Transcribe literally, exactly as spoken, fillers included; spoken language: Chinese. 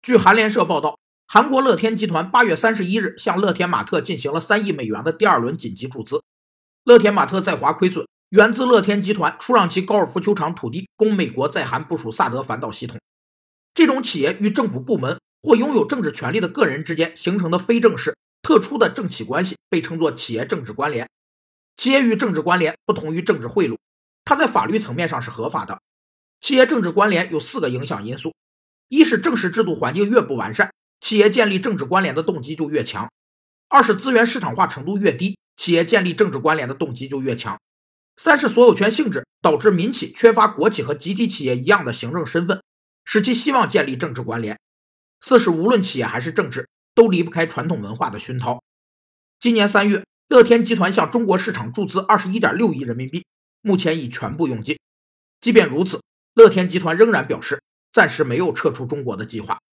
据韩联社报道，韩国乐天集团八月三十一日向乐天玛特进行了三亿美元的第二轮紧急注资。乐天玛特在华亏损源自乐天集团出让其高尔夫球场土地供美国在韩部署萨德反导系统。这种企业与政府部门或拥有政治权力的个人之间形成的非正式、特殊的政企关系被称作企业政治关联。企业与政治关联不同于政治贿赂，它在法律层面上是合法的。企业政治关联有四个影响因素：一是政治制度环境越不完善，企业建立政治关联的动机就越强；二是资源市场化程度越低，企业建立政治关联的动机就越强；三是所有权性质导致民企缺乏国企和集体企业一样的行政身份，使其希望建立政治关联；四是无论企业还是政治，都离不开传统文化的熏陶。今年三月，乐天集团向中国市场注资 二十一点六亿人民币，目前已全部用尽。即便如此，乐天集团仍然表示暂时没有撤出中国的计划。